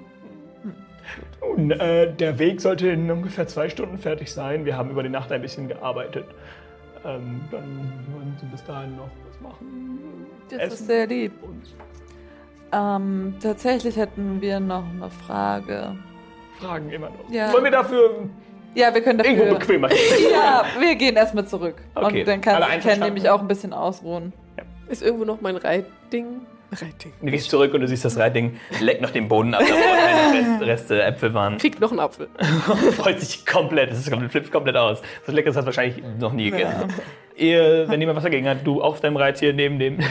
Nun, der Weg sollte in ungefähr 2 Stunden fertig sein. Wir haben über die Nacht ein bisschen gearbeitet. Dann wollen Sie bis dahin noch was machen. Das ist sehr lieb. Tatsächlich hätten wir noch eine Frage. Fragen immer noch. Ja. Wollen wir dafür Ja, wir können dafür... irgendwo bequemer hin? Ja, wir gehen erstmal zurück. Okay. Und dann kann Alle sich Ken einverstanden? nämlich auch ein bisschen ausruhen. Ist irgendwo noch mein Reitding? Du gehst zurück und du siehst das Reitding, leckt noch den Boden ab, da keine Reste Äpfel waren. Kriegt noch einen Apfel. Freut sich komplett, flippt komplett aus. So Leckeres hat wahrscheinlich noch nie gegessen. Wenn jemand was dagegen hat, du auf deinem Reittier neben dem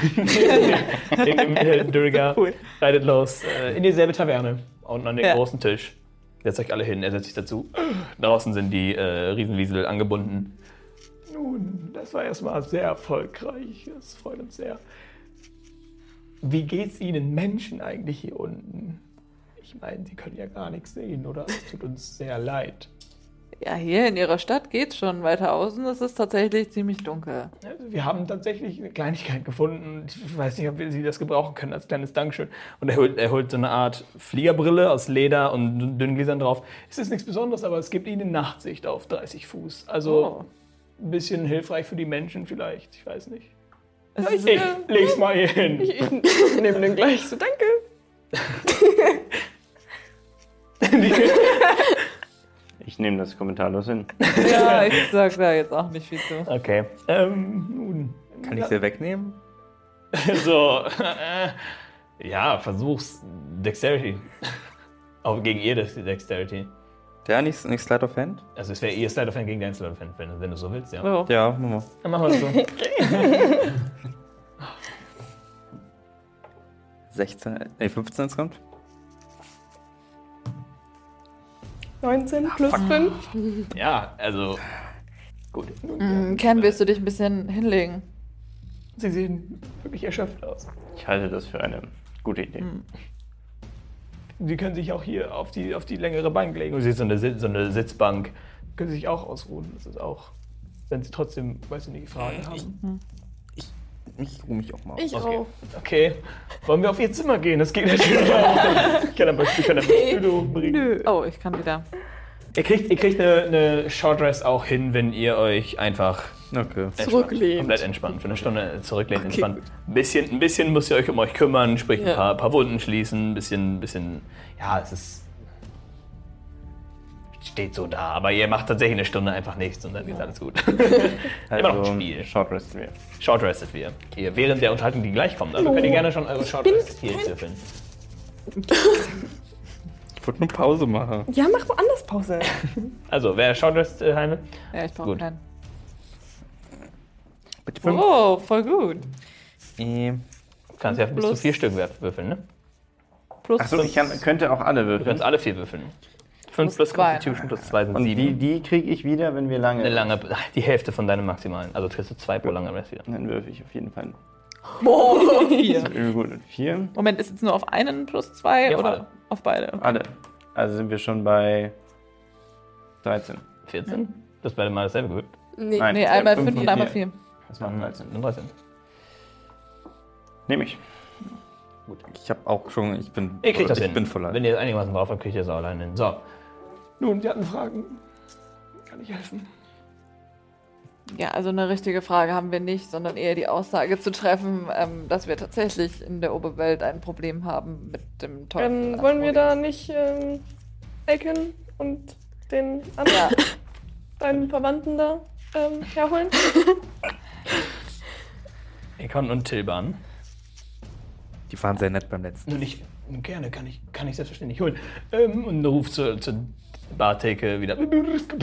Duriga, reitet los in dieselbe Taverne, unten an den großen Tisch. Setzt euch alle hin, er setzt sich dazu. Draußen sind die Riesenwiesel angebunden. Nun, das war erstmal sehr erfolgreich, das freut uns sehr. Wie geht's Ihnen Menschen eigentlich hier unten? Ich meine, Sie können ja gar nichts sehen, oder? Es tut uns sehr leid. Ja, hier in ihrer Stadt geht's schon. Weiter außen ist es tatsächlich ziemlich dunkel. Also wir haben tatsächlich eine Kleinigkeit gefunden. Ich weiß nicht, ob wir Sie das gebrauchen können als kleines Dankeschön. Und er holt so eine Art Fliegerbrille aus Leder und dünnen Gläsern drauf. Es ist nichts Besonderes, aber es gibt Ihnen Nachtsicht auf 30 Fuß. Also ein bisschen hilfreich für die Menschen vielleicht. Ich weiß nicht. Ich leg's mal hier hin. Ich nehme den gleich so, danke. Ich nehme das kommentarlos hin. Ja, ich sag da jetzt auch nicht viel zu. Okay. Nun. Kann ich sie wegnehmen? So. Ja, versuch's. Dexterity. Auch gegen ihr Dexterity. Ja, nicht Slide of Hand? Also es wäre ihr Slide of Hand gegen dein Slide of Hand, wenn du so willst, ja. Oh. Ja, machen wir. Dann machen wir das so. 15 es kommt. 19 plus 5. Ja, also. Gut. Ken, willst du dich ein bisschen hinlegen? Sie sehen wirklich erschöpft aus. Ich halte das für eine gute Idee. Sie können sich auch hier auf die längere Bank legen. Und Sie sehen so eine Sitzbank. Können Sie sich auch ausruhen. Das ist auch, wenn Sie trotzdem, weiß ich nicht, Fragen haben. Ich ruhe mich auch mal aus. Ich auch. Okay. Wollen wir auf Ihr Zimmer gehen? Das geht natürlich auch. Ich kann aber Stühle bringen. Nö. Oh, ich kann wieder. Ihr kriegt eine Short Rest auch hin, wenn ihr euch einfach Zurücklehnt. komplett entspannt. Für eine Stunde zurücklehnt, entspannt. Ein bisschen müsst ihr euch um euch kümmern, sprich ein paar Wunden schließen, ein bisschen, ja, es ist, steht so da, aber ihr macht tatsächlich eine Stunde einfach nichts und dann ist alles gut. Immer noch ein Spiel. Short Resten wir. Short restet wir. Ihr, während der Unterhaltung, die gleich kommt, also könnt ihr gerne schon eure Short Rest hier würfeln. Ich wollte nur Pause machen. Ja, mach woanders Pause. Also, wer Short Rest, Heime? Ja, ich brauche Gut. keinen. Bitte 5. Oh, voll gut. Kannst ja bis zu 4 Stück würfeln, ne? Plus Achso, ich könnte auch alle Du würfeln. kannst alle 4 würfeln. 5 plus zwei. Constitution plus 2 sind Und 7. die kriege ich wieder, wenn wir lange. Eine lange, die Hälfte von deinem maximalen. Also kriegst du 2 pro lange Rest wieder. Dann würfe ich auf jeden Fall. Boah, 4. Übel gut und 4. Moment, ist jetzt nur auf einen plus 2 Ja, auf oder alle. auf beide? Alle. Also sind wir schon bei 13. 14? Du hast beide mal dasselbe gewürfelt. Nee. Nein. Nee, einmal 5 5 und einmal 4. Das macht 13. Dann 13. Nehme ich. Ich habe auch schon, ich bin voll Wenn ihr einigermaßen drauf habt, kriegt ihr es auch alleine hin. So. Nun, Sie hatten Fragen. Kann ich helfen? Ja, also eine richtige Frage haben wir nicht, sondern eher die Aussage zu treffen, dass wir tatsächlich in der Oberwelt ein Problem haben mit dem Teufel. Wollen wir da nicht Aiken und den anderen, deinen Verwandten da herholen? Ekon und Tilban. Die waren sehr nett beim letzten. Nur nicht, gerne, kann ich selbstverständlich holen. Und ruft zur Bartheke wieder. Und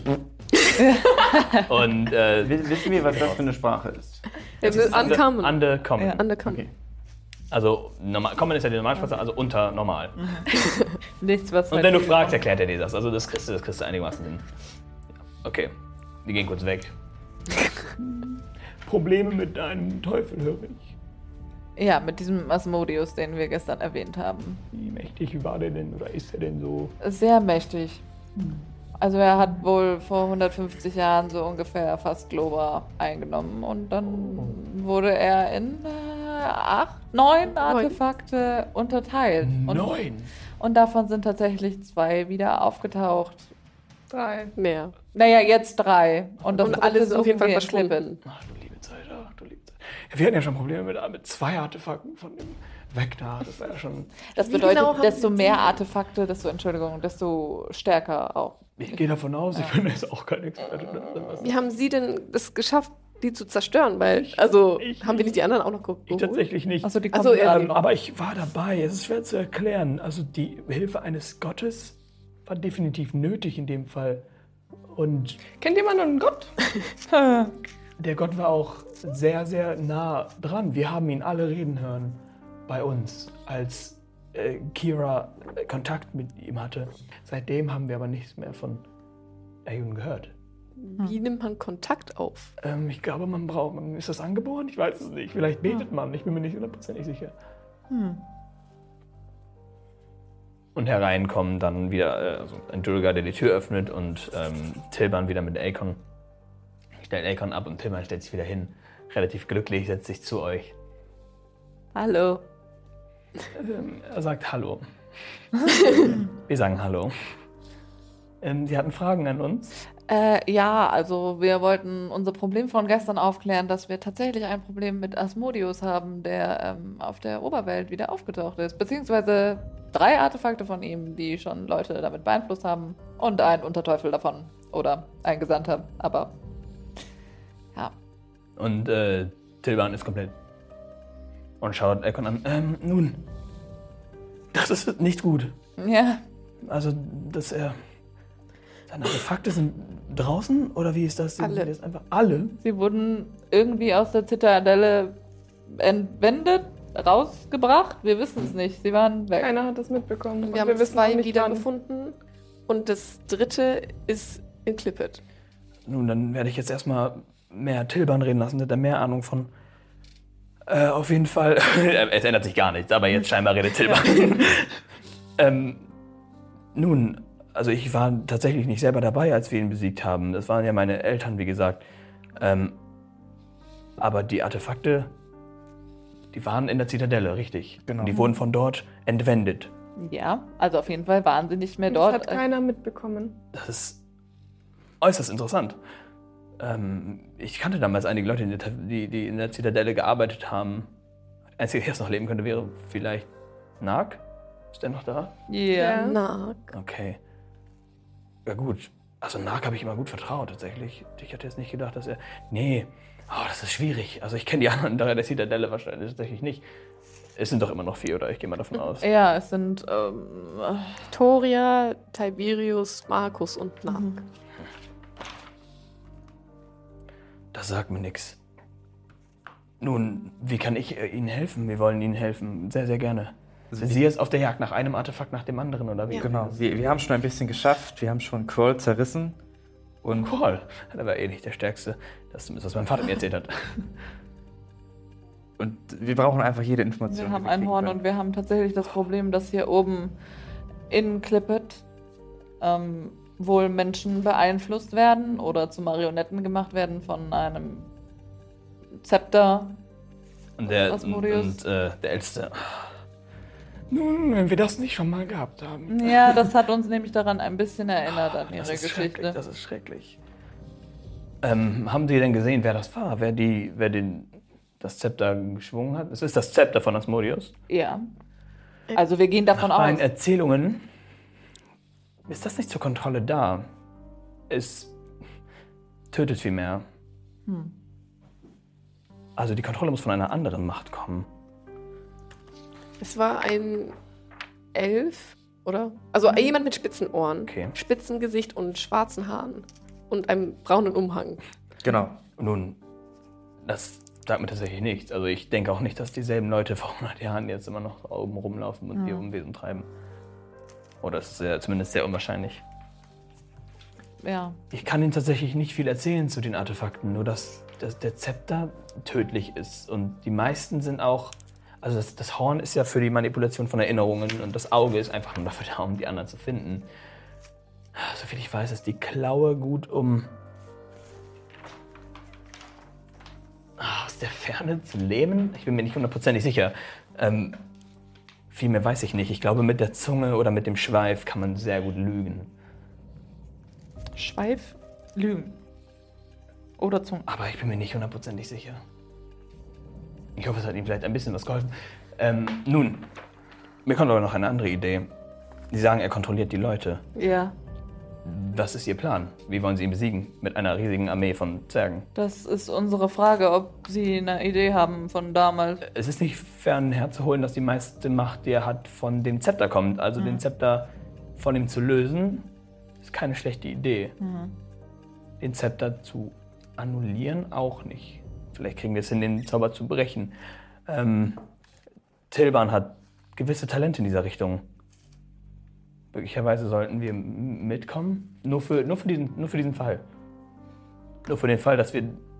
wissen wir, was das für eine Sprache ist? Uncommon. Undercommon. Ja. Undercommon. Okay. Also, Common ist ja die Normalsprache, also unter normal. Nichts, was Und wenn du fragst, erklärt er dir das. Also, das kriegst du einigermaßen hin. Okay, die gehen kurz weg. Probleme mit deinem Teufel, höre ich. Ja, mit diesem Asmodeus, den wir gestern erwähnt haben. Wie mächtig war der denn oder ist er denn so? Sehr mächtig. Also er hat wohl vor 150 Jahren so ungefähr fast Globa eingenommen und dann wurde er in 9 Artefakte unterteilt. 9? Und davon sind tatsächlich 2 wieder aufgetaucht. 3. Mehr. Naja, jetzt 3. Und das alle sind auf jeden Fall suchen wir in verschwunden. Ach du liebe Zeit, ach du liebe Zeit. Ja, wir hatten ja schon Probleme mit 2 Artefakten von dem Vector. Das war ja schon... Das Wie bedeutet, genau haben desto Sie mehr die- Artefakte, desto stärker auch. Ich gehe davon aus, ich bin jetzt auch kein Experte. Wie haben Sie denn das geschafft, die zu zerstören? Weil, also, ich- haben wir nicht die anderen auch noch Ich geholt? tatsächlich nicht. Achso, die Ach kommen so, ja, gerade noch. Aber ich war dabei, es ist schwer zu erklären. Also die Hilfe eines Gottes war definitiv nötig in dem Fall. Und Kennt jemand einen Gott? der Gott war auch sehr, sehr nah dran. Wir haben ihn alle reden hören bei uns, als Kira Kontakt mit ihm hatte. Seitdem haben wir aber nichts mehr von Ayun gehört. Wie nimmt man Kontakt auf? Ich glaube, ist das angeboren? Ich weiß es nicht. Vielleicht betet man, ich bin mir nicht hundertprozentig sicher. Und hereinkommen dann wieder ein Durga, der die Tür öffnet und Tilban wieder mit Akon. Stellt Akon ab und Tilban stellt sich wieder hin. Relativ glücklich, setzt sich zu euch. Hallo. Er sagt Hallo. Wir sagen Hallo. Sie hatten Fragen an uns? Ja, also wir wollten unser Problem von gestern aufklären, dass wir tatsächlich ein Problem mit Asmodeus haben, der auf der Oberwelt wieder aufgetaucht ist. Beziehungsweise 3 Artefakte von ihm, die schon Leute damit beeinflusst haben. Und ein Unterteufel davon. Oder ein Gesandter. Aber ja. Und Tilban ist komplett und schaut Akon an. Nun, das ist nicht gut. Ja. Also, dass er... Seine Artefakte sind draußen? Oder wie ist das? Alle. Sind das einfach alle? Sie wurden irgendwie aus der Zitadelle entwendet, rausgebracht. Wir wissen es nicht. Sie waren weg. Keiner hat das mitbekommen. Und Wir haben wissen 2 auch nicht, wann. wiedergefunden und das 3. ist in Clippet. Nun, dann werde ich jetzt erstmal mehr Tilban reden lassen. Der hat mehr Ahnung von... auf jeden Fall... es ändert sich gar nichts, aber jetzt scheinbar redet Tilban. Nun... Also ich war tatsächlich nicht selber dabei, als wir ihn besiegt haben. Das waren ja meine Eltern, wie gesagt. Aber die Artefakte, die waren in der Zitadelle, richtig. Genau. Und die wurden von dort entwendet. Ja, also auf jeden Fall waren sie nicht mehr Das dort. hat keiner mitbekommen. Das ist äußerst interessant. Ich kannte damals einige Leute, die in der Zitadelle gearbeitet haben. Der Einzige, der jetzt noch leben könnte, wäre vielleicht Nag. Ist der noch da? Ja. Na, Okay. Ja gut, also Nag habe ich immer gut vertraut tatsächlich. Ich hatte jetzt nicht gedacht, dass er... Nee, das ist schwierig. Also ich kenne die anderen da in der Zitadelle wahrscheinlich tatsächlich nicht. Es sind doch immer noch 4, oder? Ich gehe mal davon aus. Ja, es sind Victoria, Tiberius, Markus und Nag. Das sagt mir nichts. Nun, wie kann ich Ihnen helfen? Wir wollen Ihnen helfen. Sehr, sehr gerne. Sind Sie jetzt auf der Jagd nach einem Artefakt nach dem anderen, oder wie? Ja. Genau, wir haben schon ein bisschen geschafft. Wir haben schon Kroll zerrissen. Und Cool. Der war eh nicht der Stärkste. Das ist zumindest, was mein Vater mir erzählt hat. Und wir brauchen einfach jede Information. wir haben die ein kriegen Horn können. und wir haben tatsächlich das Problem, dass hier oben in Clippet wohl Menschen beeinflusst werden oder zu Marionetten gemacht werden von einem Zepter. Und der Asmodeus. der Älteste. Nun, wenn wir das nicht schon mal gehabt haben. Ja, das hat uns nämlich daran ein bisschen erinnert an ihre Das ist Geschichte. schrecklich, das ist schrecklich. Haben Sie denn gesehen, wer das war? Wer das Zepter geschwungen hat? Es ist das Zepter von Asmodeus. Ja. Also wir gehen davon Nach meinen aus. Erzählungen ist das nicht zur Kontrolle da. Es tötet viel mehr. Also die Kontrolle muss von einer anderen Macht kommen. Es war ein Elf, oder? Also jemand mit spitzen Ohren, Okay. spitzen Gesicht und schwarzen Haaren und einem braunen Umhang. Genau. Nun, das sagt mir tatsächlich nichts. Also ich denke auch nicht, dass dieselben Leute vor 100 Jahren jetzt immer noch oben rumlaufen und ihr Unwesen treiben. Oder es ist zumindest sehr unwahrscheinlich. Ja. Ich kann Ihnen tatsächlich nicht viel erzählen zu den Artefakten, nur dass der Zepter tödlich ist. Und die meisten sind auch, also das Horn ist ja für die Manipulation von Erinnerungen und das Auge ist einfach nur dafür da, um die anderen zu finden. Soviel ich weiß, ist die Klaue gut, um aus der Ferne zu lähmen. Ich bin mir nicht hundertprozentig sicher. Viel mehr weiß ich nicht. Ich glaube, mit der Zunge oder mit dem Schweif kann man sehr gut lügen. Schweif? Lügen. Oder Zunge. Aber ich bin mir nicht hundertprozentig sicher. Ich hoffe, es hat Ihnen vielleicht ein bisschen was geholfen. Nun, mir kommt aber noch eine andere Idee. Sie sagen, er kontrolliert die Leute. Ja. Was ist Ihr Plan? Wie wollen Sie ihn besiegen? Mit einer riesigen Armee von Zwergen? Das ist unsere Frage, ob Sie eine Idee haben von damals. Es ist nicht fern herzuholen, dass die meiste Macht, die er hat, von dem Zepter kommt. Also den Zepter von ihm zu lösen, ist keine schlechte Idee. Den Zepter zu annullieren, auch nicht. Vielleicht kriegen wir es hin, den Zauber zu brechen. Tilban hat gewisse Talente in dieser Richtung. Möglicherweise sollten wir mitkommen. Nur für diesen Fall. Nur für den Fall, dass wir...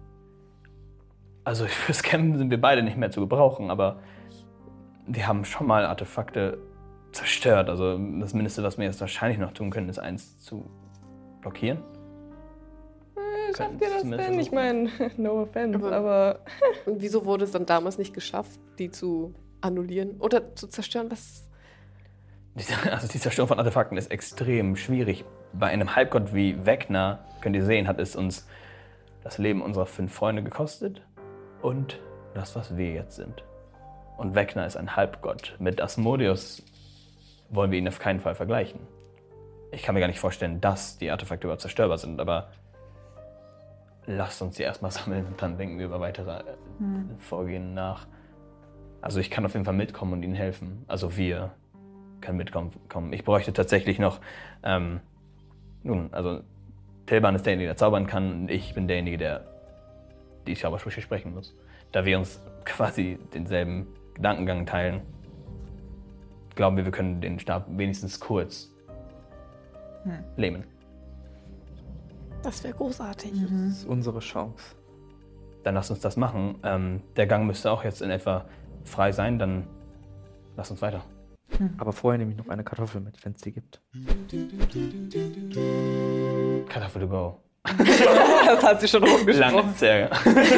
Also fürs Campen sind wir beide nicht mehr zu gebrauchen, aber wir haben schon mal Artefakte zerstört. Also das Mindeste, was wir jetzt wahrscheinlich noch tun können, ist eins zu blockieren. Schafft ihr das Zumindest denn? Ich meine, no offense, Aber- aber Und wieso wurde es dann damals nicht geschafft, die zu annullieren oder zu zerstören? Was? Also die Zerstörung von Artefakten ist extrem schwierig. Bei einem Halbgott wie Vecna, könnt ihr sehen, hat es uns das Leben unserer 5 Freunde gekostet und das, was wir jetzt sind. Und Vecna ist ein Halbgott. Mit Asmodeus wollen wir ihn auf keinen Fall vergleichen. Ich kann mir gar nicht vorstellen, dass die Artefakte überhaupt zerstörbar sind, aber lasst uns sie erstmal sammeln und dann denken wir über weitere Vorgehen nach. Also ich kann auf jeden Fall mitkommen und ihnen helfen. Also wir können mitkommen. Ich bräuchte tatsächlich noch, also Tilban ist derjenige, der zaubern kann und ich bin derjenige, der die Zaubersprüche sprechen muss. Da wir uns quasi denselben Gedankengang teilen, glauben wir können den Stab wenigstens kurz lähmen. Das wäre großartig. Das ist unsere Chance. Dann lasst uns das machen. Der Gang müsste auch jetzt in etwa frei sein, dann lasst uns weiter. Aber vorher nehme ich noch eine Kartoffel mit, wenn es die gibt. Kartoffel to go. Das hat sie schon rumgesprochen. Lange Zerge.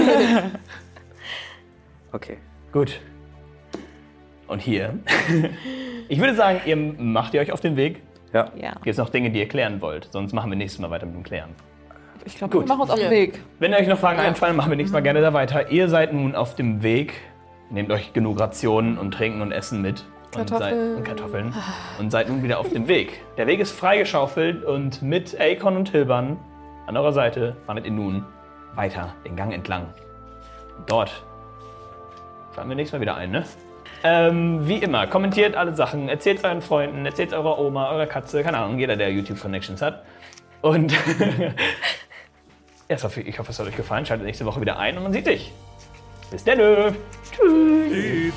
Okay. Gut. Und hier. Ich würde sagen, macht ihr euch auf den Weg. Ja. Ja. Gibt es noch Dinge, die ihr klären wollt? Sonst machen wir nächstes Mal weiter mit dem Klären. Ich glaube, Gut. wir machen uns auf den Ja. Weg. Wenn euch noch Fragen einfallen, machen wir nächstes Mal gerne da weiter. Ihr seid nun auf dem Weg. Nehmt euch genug Rationen und Trinken und Essen mit. Kartoffeln. Und Kartoffeln. Und seid nun wieder auf dem Weg. Der Weg ist freigeschaufelt und mit Akon und Tilban an eurer Seite wandert ihr nun weiter den Gang entlang. Und dort schalten wir nächstes Mal wieder ein, ne? Wie immer, kommentiert alle Sachen, erzählt euren Freunden, erzählt eurer Oma, eurer Katze, keine Ahnung, jeder, der YouTube-Connections hat. Und ja, ich hoffe, es hat euch gefallen. Schaltet nächste Woche wieder ein und man sieht sich. Bis dann. Tschüss.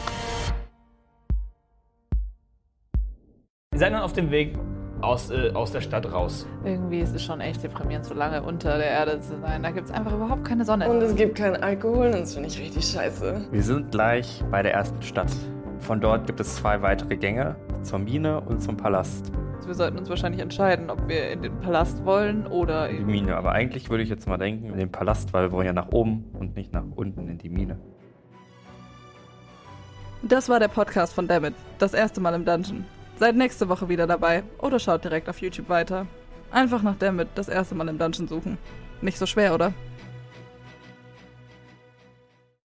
Ihr seid nun auf dem Weg aus der Stadt raus. Irgendwie ist es schon echt deprimierend, so lange unter der Erde zu sein. Da gibt es einfach überhaupt keine Sonne. und es gibt keinen Alkohol und das finde ich richtig scheiße. Wir sind gleich bei der ersten Stadt. Von dort gibt es 2 weitere Gänge, zur Mine und zum Palast. Wir sollten uns wahrscheinlich entscheiden, ob wir in den Palast wollen oder Die Mine, aber eigentlich würde ich jetzt mal denken, in den Palast, weil wir wollen ja nach oben und nicht nach unten in die Mine. Das war der Podcast von Dammit, das erste Mal im Dungeon. Seid nächste Woche wieder dabei oder schaut direkt auf YouTube weiter. Einfach nach Dammit, das erste Mal im Dungeon suchen. Nicht so schwer, oder?